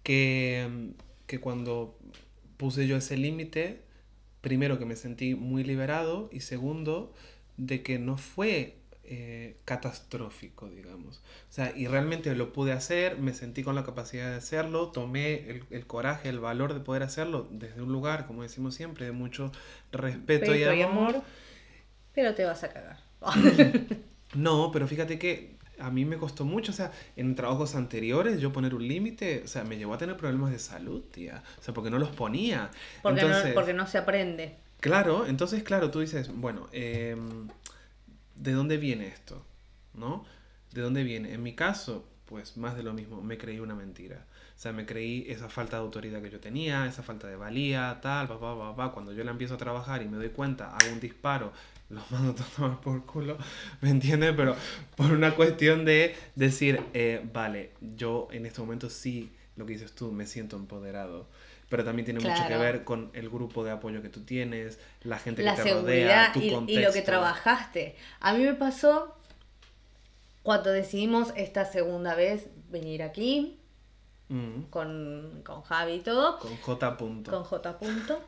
S1: que cuando puse yo ese límite, primero que me sentí muy liberado y segundo de que no fue catastrófico, digamos. O sea, y realmente lo pude hacer, me sentí con la capacidad de hacerlo, tomé el coraje, el valor de poder hacerlo desde un lugar, como decimos siempre, de mucho respeto y amor.
S2: Pero te vas a cagar.
S1: No, pero fíjate que a mí me costó mucho, o sea, en trabajos anteriores yo poner un límite, o sea, me llevó a tener problemas de salud, tía. O sea, porque no los ponía. Entonces,
S2: Porque no se aprende.
S1: claro, entonces, claro, tú dices, bueno, ¿de dónde viene esto? ¿No? ¿De dónde viene? En mi caso, pues más de lo mismo, me creí una mentira. O sea, me creí esa falta de autoridad que yo tenía, esa falta de valía, tal, pa. Cuando yo la empiezo a trabajar y me doy cuenta, hago un disparo, los mando a tomar por culo, ¿me entiendes? Pero por una cuestión de decir, vale, yo en este momento sí, lo que dices tú, me siento empoderado. Pero también tiene mucho que
S2: Claro.
S1: ver con el grupo de apoyo que tú tienes, la gente
S2: La
S1: que te rodea,
S2: seguridad
S1: tu
S2: y
S1: contexto.
S2: lo que trabajaste. A mí me pasó cuando decidimos esta segunda vez venir aquí con Javi y todo,
S1: Con J. Punto.
S2: con J. Punto.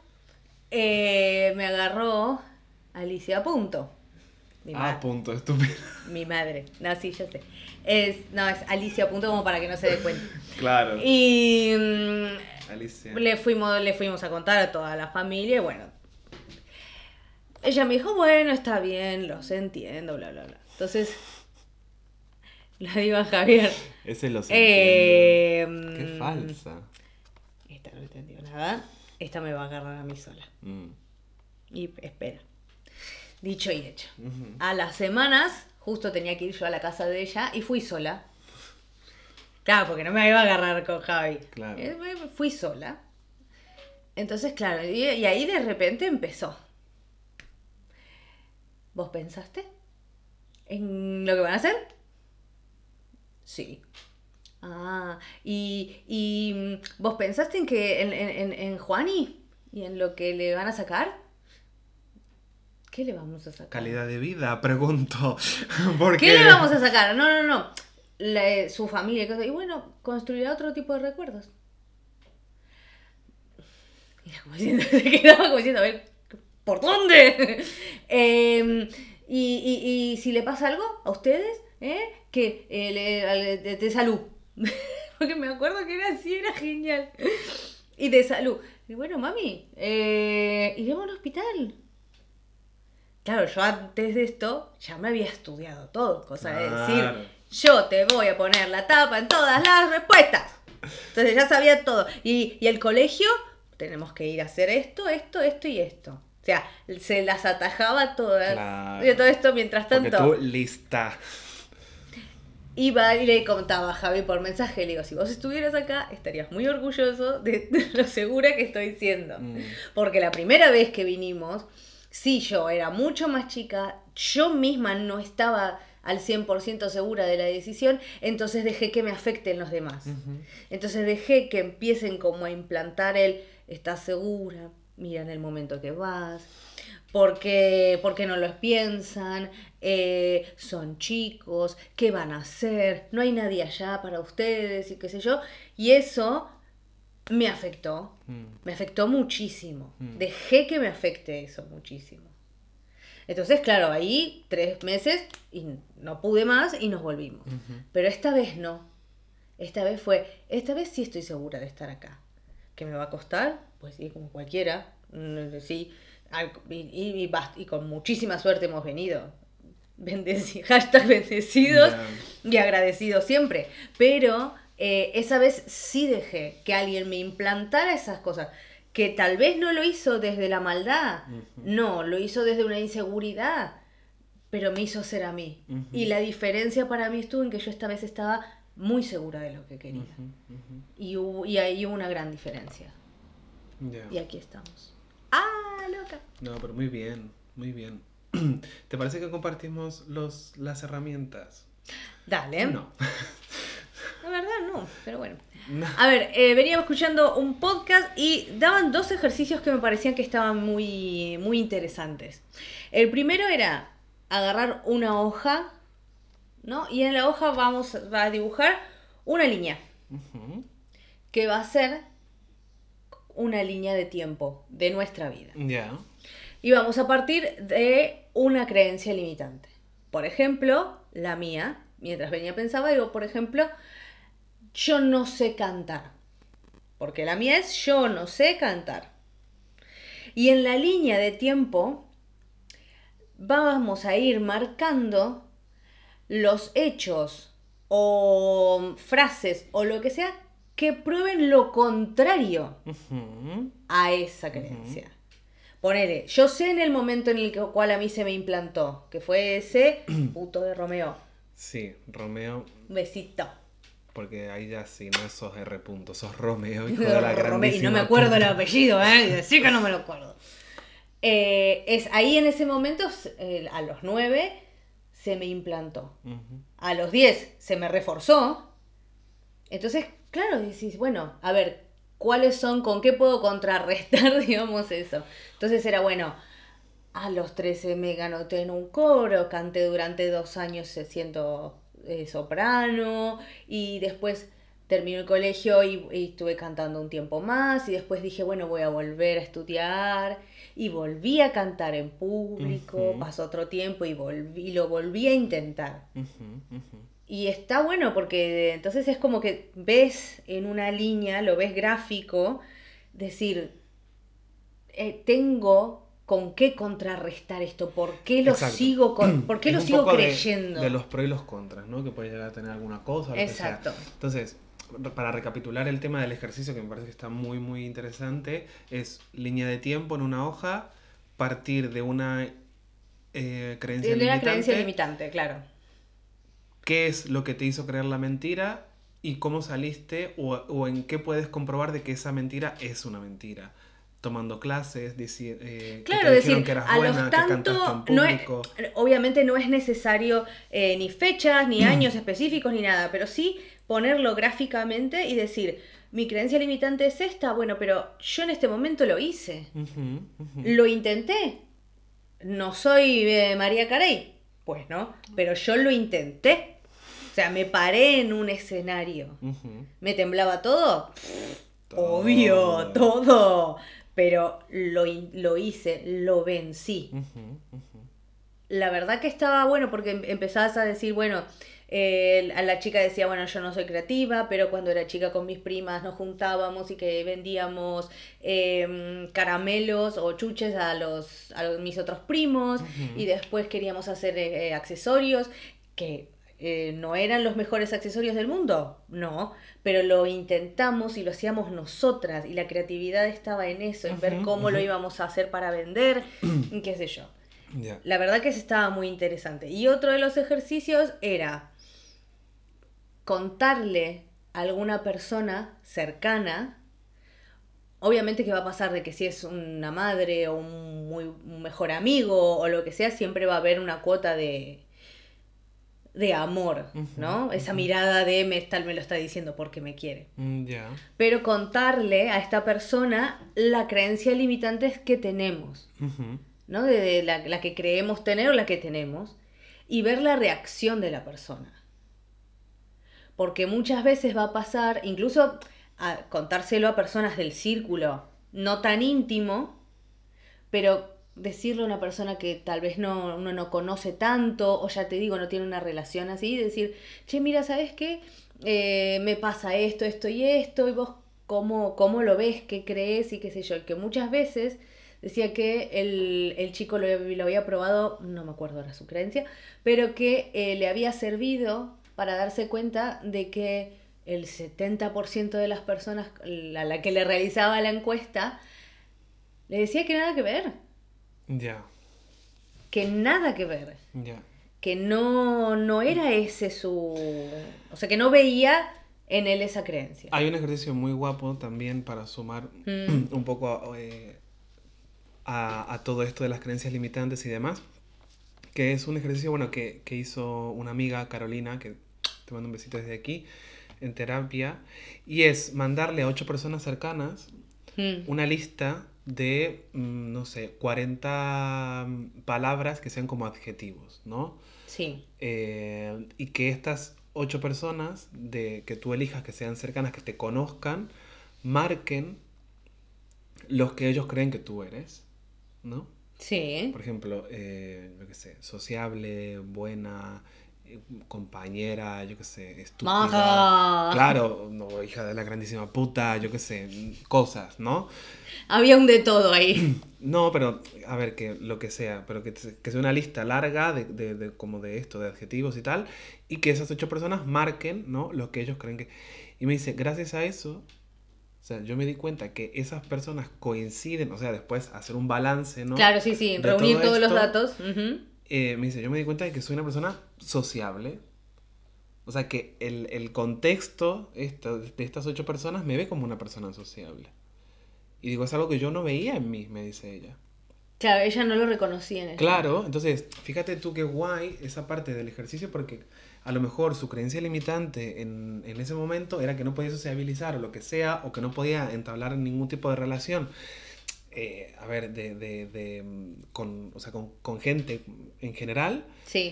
S2: Me agarró Alicia Punto. Mi
S1: Punto, estúpido.
S2: Mi madre. No, sí, ya sé. Es Alicia Punto como para que no se dé cuenta.
S1: Claro.
S2: Y
S1: Alicia.
S2: le fuimos a contar a toda la familia y bueno. Ella me dijo, bueno, está bien, los entiendo, bla, bla, bla. Entonces, la diva Javier.
S1: Ese lo entiendo. Qué
S2: Mm,
S1: falsa.
S2: Esta no entendió nada. Esta me va a agarrar a mí sola. Y espera. Dicho y hecho. A las semanas, justo tenía que ir yo a la casa de ella y fui sola. Claro, porque no me iba a agarrar con Javi.
S1: Claro.
S2: Fui sola. Entonces, claro, y ahí de repente empezó. ¿Vos pensaste en lo que van a hacer? Sí. ¿Y vos pensaste en que en Juani y en lo que le van a sacar? ¿Qué le vamos a sacar?
S1: Calidad de vida, pregunto. ¿Por
S2: ¿Qué le vamos a sacar? No. Su familia y cosas. Y bueno, construirá otro tipo de recuerdos. Se quedaba como diciendo, a ver, ¿por dónde? Y si le pasa algo a ustedes, que de salud. Porque me acuerdo que era así, era genial. Y de salud. Y bueno, mami, iremos al hospital. Claro, yo antes de esto ya me había estudiado todo, cosa de decir, yo te voy a poner la tapa en todas las respuestas. Entonces ya sabía todo. Y el colegio, tenemos que ir a hacer esto y esto. O sea, se las atajaba todas.
S1: Claro.
S2: Y todo esto mientras tanto.
S1: Porque tú lista.
S2: Iba y le contaba a Javi por mensaje, le digo, si vos estuvieras acá, estarías muy orgulloso de lo segura que estoy siendo. Porque la primera vez que vinimos, sí, yo era mucho más chica, yo misma no estaba al 100% segura de la decisión, entonces dejé que me afecten los demás. Entonces dejé que empiecen como a implantar ¿estás segura? Mira en el momento que vas. Porque no los piensan, son chicos, ¿qué van a hacer? No hay nadie allá para ustedes y qué sé yo. Y eso me afectó muchísimo. Dejé que me afecte eso muchísimo. Entonces, claro, ahí 3 meses y no pude más y nos volvimos. Pero esta vez no. Esta vez sí estoy segura de estar acá. ¿Qué me va a costar? Pues sí, como cualquiera, sí. Y con muchísima suerte hemos venido. Hashtag bendecidos y agradecidos siempre. Pero esa vez sí dejé que alguien me implantara esas cosas. Que tal vez no lo hizo desde la maldad, no, lo hizo desde una inseguridad, pero me hizo ser a mí. Y la diferencia para mí estuvo en que yo esta vez estaba muy segura de lo que quería. Y ahí hubo una gran diferencia.
S1: Ya.
S2: Y aquí estamos. ¡Ah, loca!
S1: No, pero muy bien, muy bien. ¿Te parece que compartimos las herramientas?
S2: Dale.
S1: No.
S2: La verdad no, pero bueno.
S1: No.
S2: A ver, veníamos escuchando un podcast y daban 2 ejercicios que me parecían que estaban muy, muy interesantes. El primero era agarrar una hoja, ¿no? Y en la hoja va a dibujar una línea, que va a ser una línea de tiempo de nuestra vida.
S1: Ya.
S2: Y vamos a partir de una creencia limitante. Por ejemplo, la mía, mientras venía pensaba, digo, por ejemplo, yo no sé cantar. Porque la mía es yo no sé cantar. Y en la línea de tiempo vamos a ir marcando los hechos o frases o lo que sea que prueben lo contrario a esa creencia. Ponele, yo sé en el momento en el cual a mí se me implantó, que fue ese puto de Romeo.
S1: Sí, Romeo,
S2: Besito.
S1: porque ahí ya sí, no sos R. sos Romeo, hijo de la grandísima.
S2: Y no me acuerdo el apellido, sí que no me lo acuerdo. Es ahí en ese momento, a los 9, se me implantó. A los 10 se me reforzó. Entonces, claro, decís, bueno, a ver, ¿cuáles son, con qué puedo contrarrestar, digamos, eso? Entonces era, bueno, a los 13 me ganoté en un coro, canté durante 2 años siendo soprano, y después terminé el colegio y estuve cantando un tiempo más, y después dije, bueno, voy a volver a estudiar, y volví a cantar en público, pasó otro tiempo y lo volví a intentar. Y está bueno porque entonces es como que ves en una línea, lo ves gráfico, decir, tengo con qué contrarrestar esto, por qué lo
S1: Exacto.
S2: sigo por qué
S1: Es
S2: lo
S1: un
S2: sigo
S1: poco
S2: creyendo.
S1: de los pros y los contras, ¿no? Que puede llegar a tener alguna cosa o lo
S2: Exacto.
S1: que sea. Entonces, para recapitular el tema del ejercicio, que me parece que está muy, muy interesante, es línea de tiempo en una hoja, partir de una creencia
S2: De una
S1: limitante.
S2: creencia limitante, claro.
S1: ¿Qué es lo que te hizo creer la mentira? Y cómo saliste o en qué puedes comprobar de que esa mentira es una mentira. Tomando clases,
S2: claro,
S1: que te dijeron
S2: decir,
S1: que eras
S2: a
S1: buena,
S2: los
S1: que cantaste en
S2: tanto,
S1: público.
S2: obviamente no es necesario ni fechas, ni años específicos, ni nada, pero sí ponerlo gráficamente y decir, mi creencia limitante es esta, bueno, pero yo en este momento lo hice, lo intenté, no soy María Carey, pues no, pero yo lo intenté, o sea, me paré en un escenario, ¿me temblaba todo? Obvio, todo. Pero lo hice, lo vencí. La verdad que estaba bueno porque empezabas a decir, bueno, a la chica decía, bueno, yo no soy creativa, pero cuando era chica con mis primas nos juntábamos y que vendíamos caramelos o chuches a mis otros primos y después queríamos hacer accesorios que... no eran los mejores accesorios del mundo, no, pero lo intentamos y lo hacíamos nosotras y la creatividad estaba en eso, en ver cómo lo íbamos a hacer para vender, qué sé yo.
S1: Yeah.
S2: La verdad que estaba muy interesante. Y otro de los ejercicios era contarle a alguna persona cercana, obviamente que va a pasar de que si es una madre o un mejor amigo o lo que sea, siempre va a haber una cuota de amor, ¿no? Esa mirada de tal me lo está diciendo porque me quiere.
S1: Yeah.
S2: Pero contarle a esta persona la creencia limitante que tenemos, ¿no? De la que creemos tener o la que tenemos, y ver la reacción de la persona. Porque muchas veces va a pasar, incluso a contárselo a personas del círculo no tan íntimo, pero decirle a una persona que tal vez uno no conoce tanto, o ya te digo, no tiene una relación así, decir, che, mira, ¿sabes qué? Me pasa esto y vos cómo lo ves, qué crees y qué sé yo. Y que muchas veces decía que el chico lo había probado, no me acuerdo ahora su creencia, pero que le había servido para darse cuenta de que el 70% de las personas a la que le realizaba la encuesta le decía que nada que ver.
S1: Ya.
S2: Que nada que ver.
S1: Ya.
S2: Que no era ese su... O sea, que no veía en él esa creencia.
S1: Hay un ejercicio muy guapo también para sumar un poco a todo esto de las creencias limitantes y demás, que es un ejercicio, bueno, que hizo una amiga, Carolina, que te mando un besito desde aquí, en terapia, y es mandarle a 8 personas cercanas una lista de, no sé, 40 palabras que sean como adjetivos, ¿no?
S2: Sí.
S1: Y que estas 8 personas que tú elijas que sean cercanas, que te conozcan, marquen los que ellos creen que tú eres, ¿no?
S2: Sí.
S1: Por ejemplo, yo qué sé, sociable, buena, compañera, yo qué sé, estúpida.
S2: Maja.
S1: Claro, no, hija de la grandísima puta, yo qué sé, cosas, ¿no?
S2: Había un de todo ahí.
S1: No, pero a ver, que lo que sea, pero que sea una lista larga como de esto, de adjetivos y tal, y que esas 8 personas marquen, ¿no? Lo que ellos creen que... Y me dice, gracias a eso, o sea, yo me di cuenta que esas personas coinciden, o sea, después hacer un balance, ¿no?
S2: Claro, sí, sí.
S1: De
S2: Reunir
S1: todo
S2: todos los
S1: esto,
S2: datos. Ujú.
S1: me dice, yo me di cuenta de que soy una persona sociable. O sea, que el contexto de estas 8 personas me ve como una persona sociable. Y digo, es algo que yo no veía en mí, me dice ella.
S2: Claro, ella no lo reconocía en ella.
S1: Claro, entonces, fíjate tú qué guay esa parte del ejercicio porque a lo mejor su creencia limitante en ese momento era que no podía sociabilizar o lo que sea, o que no podía entablar ningún tipo de relación. A ver, o sea, con gente en general.
S2: Sí.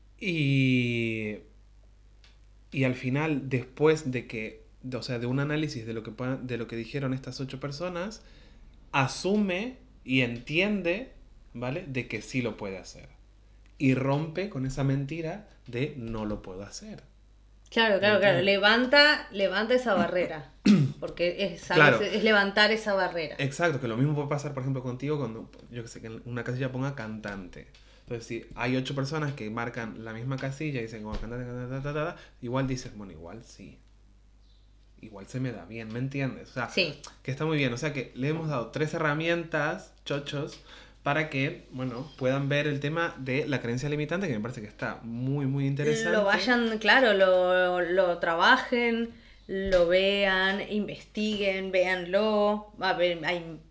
S1: Y al final, después o sea, de un análisis de lo que dijeron estas 8 personas, asume y entiende, ¿vale? De que sí lo puede hacer. Y rompe con esa mentira de no lo puedo hacer.
S2: Claro, claro, claro. Levanta esa barrera. Porque es, ¿sabes?
S1: Claro.
S2: Es levantar esa barrera.
S1: Exacto, que lo mismo puede pasar, por ejemplo, contigo cuando, yo que sé, que en una casilla ponga cantante. Entonces, si hay 8 personas que marcan la misma casilla y dicen como cantante, igual dices, bueno, igual sí. Igual se me da bien, ¿me entiendes? O sea,
S2: Sí.
S1: que está muy bien. O sea, que le hemos dado 3 herramientas, chochos, para que, bueno, puedan ver el tema de la creencia limitante, que me parece que está muy, muy interesante.
S2: Lo vayan, claro, lo trabajen, lo vean, investiguen, véanlo. A ver, hay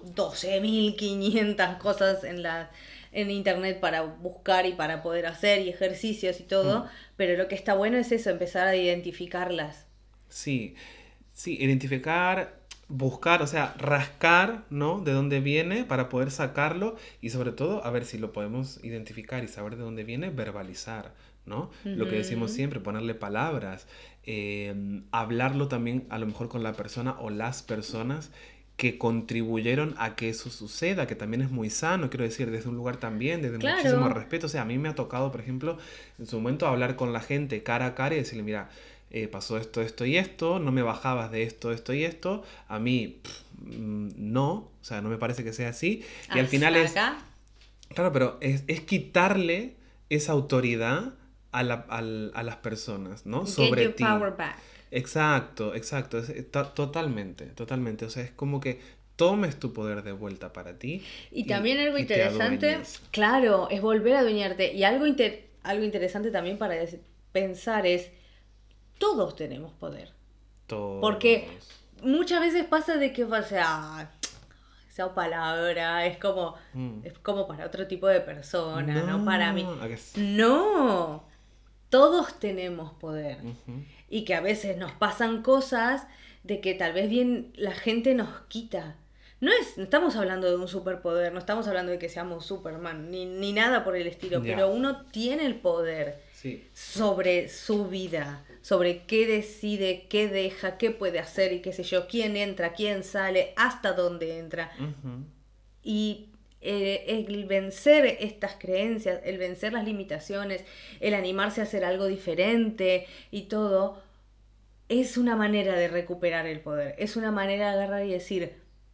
S2: 12.500 cosas en internet para buscar y para poder hacer y ejercicios y todo, pero lo que está bueno es eso, empezar a identificarlas.
S1: Sí, sí, identificar, buscar, o sea, rascar, ¿no? De dónde viene para poder sacarlo y sobre todo, a ver si lo podemos identificar y saber de dónde viene, verbalizar, ¿no? Lo que decimos siempre, ponerle palabras, hablarlo también a lo mejor con la persona o las personas que contribuyeron a que eso suceda, que también es muy sano, quiero decir, desde un lugar también, desde
S2: Claro.
S1: muchísimo respeto. O sea, a mí me ha tocado, por ejemplo, en su momento hablar con la gente cara a cara y decirle, mira, pasó esto, esto y esto, no me bajabas de esto, esto y esto, a mí no, o sea, no me parece que sea así. Y al final es...
S2: Acá.
S1: Claro, pero es quitarle esa autoridad a las personas, ¿no?
S2: Get
S1: Sobre
S2: your
S1: ti.
S2: power back.
S1: Exacto, exacto. Totalmente, totalmente. O sea, es como que tomes tu poder de vuelta para ti.
S2: Y también algo
S1: y te
S2: interesante,
S1: adueñes.
S2: claro, es volver a adueñarte. Y algo interesante también para pensar es, todos tenemos poder.
S1: Todos.
S2: Porque muchas veces pasa de que, o sea, esa palabra es como para otro tipo de persona, no para mí.
S1: ¿a que sí?
S2: No, todos tenemos poder.
S1: Ujú.
S2: Y que a veces nos pasan cosas de que tal vez bien la gente nos quita. No estamos hablando de un superpoder, no estamos hablando de que seamos Superman, ni nada por el estilo,
S1: Ya.
S2: pero uno tiene el poder
S1: Sí.
S2: sobre su vida, sobre qué decide, qué deja, qué puede hacer y qué sé yo, quién entra, quién sale, hasta dónde entra.
S1: Ujú.
S2: Y el vencer estas creencias, el vencer las limitaciones, el animarse a hacer algo diferente y todo, es una manera de recuperar el poder. Es una manera de agarrar y decir,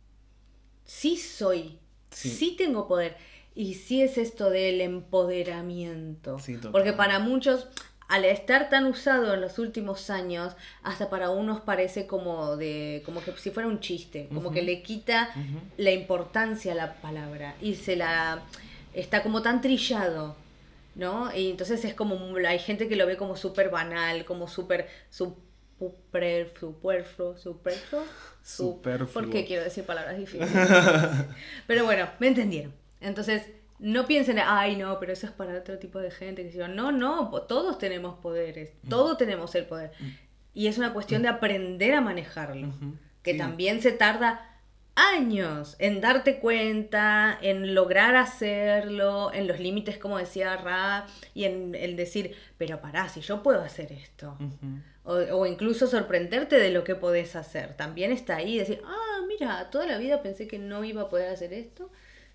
S2: sí soy, sí tengo poder. Y sí es esto del empoderamiento.
S1: Sí, total.
S2: Porque para muchos, al estar tan usado en los últimos años, hasta para unos parece como que si fuera un chiste, como que le quita la importancia a la palabra y está como tan trillado, ¿no? Y entonces es como, hay gente que lo ve como súper banal, como súper superfluo. ¿Por qué quiero decir palabras difíciles? Pero bueno, me entendieron. Entonces, no piensen, ay no, pero eso es para otro tipo de gente. No, todos tenemos poderes, todos tenemos el poder. Y es una cuestión de aprender a manejarlo, que
S1: Sí.
S2: también se tarda años en darte cuenta, en lograr hacerlo, en los límites, como decía Ra, y en el decir, pero pará, si yo puedo hacer esto. O incluso sorprenderte de lo que podés hacer. También está ahí, decir, mira, toda la vida pensé que no iba a poder hacer esto.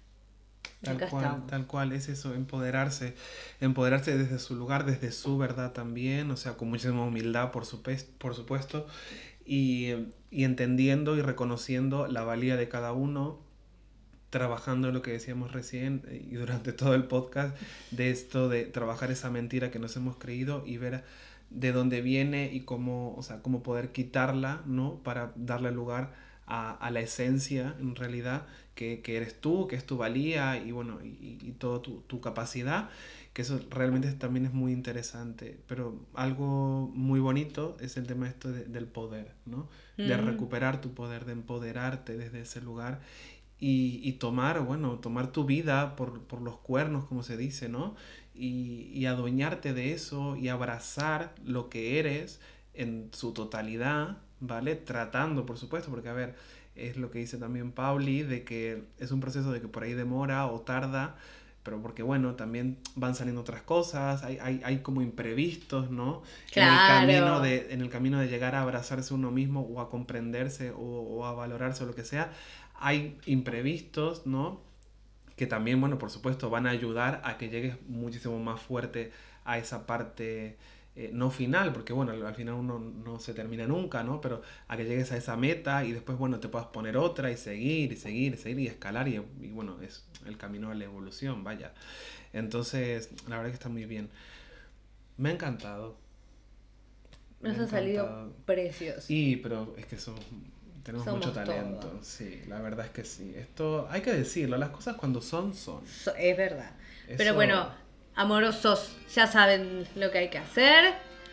S1: Tal cual, es eso, empoderarse desde su lugar, desde su verdad también, o sea, con muchísima humildad, por supuesto, y entendiendo y reconociendo la valía de cada uno, trabajando en lo que decíamos recién y durante todo el podcast, de esto de trabajar esa mentira que nos hemos creído y ver de dónde viene y cómo, o sea, cómo poder quitarla, ¿no? Para darle lugar a la esencia, en realidad, que eres tú, que es tu valía y bueno, y toda tu capacidad, que eso realmente también es muy interesante. Pero algo muy bonito es el tema esto del poder, ¿no? De recuperar tu poder, de empoderarte desde ese lugar y tomar tu vida por los cuernos, como se dice, ¿no? Y adueñarte de eso y abrazar lo que eres en su totalidad, ¿vale? Tratando, por supuesto, porque a ver, es lo que dice también Pauli, de que es un proceso de que por ahí demora o tarda, pero porque bueno, también van saliendo otras cosas, hay como imprevistos, ¿no?
S2: Claro.
S1: En el camino de llegar a abrazarse uno mismo o a comprenderse o a valorarse o lo que sea, hay imprevistos, ¿no? Que también, bueno, por supuesto, van a ayudar a que llegues muchísimo más fuerte a esa parte, no final, porque bueno, al final uno no se termina nunca, ¿no? Pero a que llegues a esa meta y después, bueno, te puedas poner otra y seguir y escalar y bueno, es el camino a la evolución, vaya. Entonces, la verdad que está muy bien. Me ha encantado.
S2: Nos ha salido precioso.
S1: Pero es que tenemos mucho talento,
S2: todos.
S1: sí, la verdad es que sí. Esto hay que decirlo, las cosas cuando son.
S2: Es verdad.
S1: Eso...
S2: Pero bueno, amorosos, ya saben lo que hay que hacer.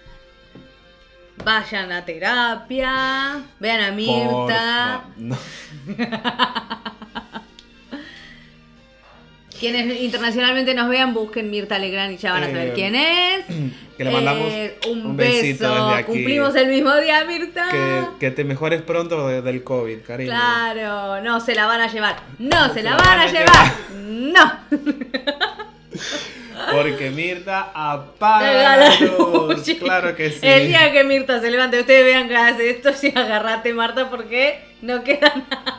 S2: Vayan a terapia, vean a Mirta.
S1: No.
S2: Quienes internacionalmente nos vean, busquen Mirta Legrand y ya van a saber quién es.
S1: Que le mandamos
S2: un
S1: besito
S2: beso.
S1: desde aquí.
S2: Cumplimos el mismo día, Mirta.
S1: Que te mejores pronto del COVID, cariño.
S2: Claro, no se la van a llevar. No se la van a llevar. No.
S1: Porque Mirta apaga la luz. Claro que sí.
S2: El día que Mirta se levante, ustedes vean que hace esto, sí, agarrate, Marta, porque no queda nada.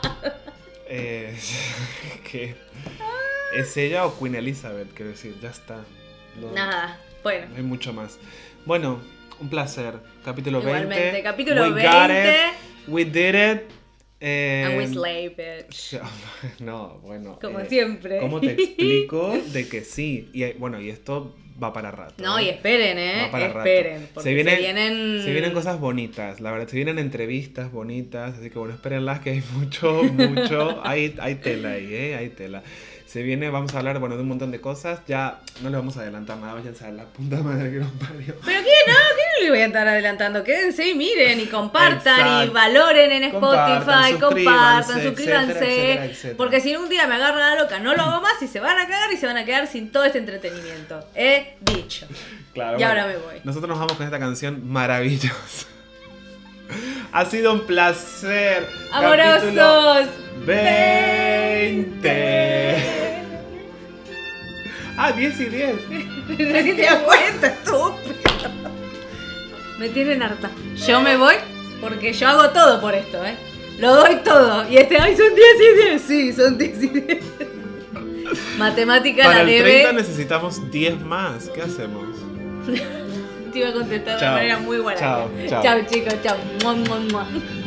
S1: Que es ella o Queen Elizabeth, quiero decir, ya está.
S2: Nada, bueno.
S1: No hay mucho más. Bueno, un placer. Capítulo
S2: Igualmente,
S1: 20.
S2: capítulo
S1: We
S2: 20.
S1: got it. We did it.
S2: And we slay, bitch.
S1: No, bueno.
S2: Como siempre.
S1: ¿Cómo te explico de que sí? Y bueno, y esto va para rato.
S2: No, y esperen,
S1: Va para
S2: esperen.
S1: rato.
S2: Porque se vienen
S1: cosas bonitas, la verdad. Se vienen entrevistas bonitas. Así que bueno, espérenlas que hay mucho. Hay tela ahí, hay tela. Se viene, vamos a hablar, bueno, de un montón de cosas. Ya no les vamos a adelantar nada, váyanse a la puta madre que nos parió.
S2: Pero ¿qué no le voy a estar adelantando? Quédense y miren y compartan y valoren en Spotify, compartan, suscríbanse.
S1: Etcétera.
S2: Porque si un día me agarra la loca, no lo hago más y se van a cagar y se van a quedar sin todo este entretenimiento. He dicho.
S1: Claro,
S2: y ahora me voy.
S1: Nosotros nos vamos con esta canción maravillosa. Ha sido un placer.
S2: Amorosos.
S1: 20. 10 y 10.
S2: Recién te das cuenta, estúpido. Me tienen harta. Yo me voy porque yo hago todo por esto, Lo doy todo. Y son 10 y 10. Sí, son 10 y 10. Matemática
S1: Para
S2: la
S1: el
S2: debe.
S1: 30 necesitamos 10 más. ¿Qué hacemos?
S2: Te iba a contestar de
S1: Chao.
S2: manera muy buena.
S1: Chao.
S2: Chao, chicos. Chao. Mua, mua, mua.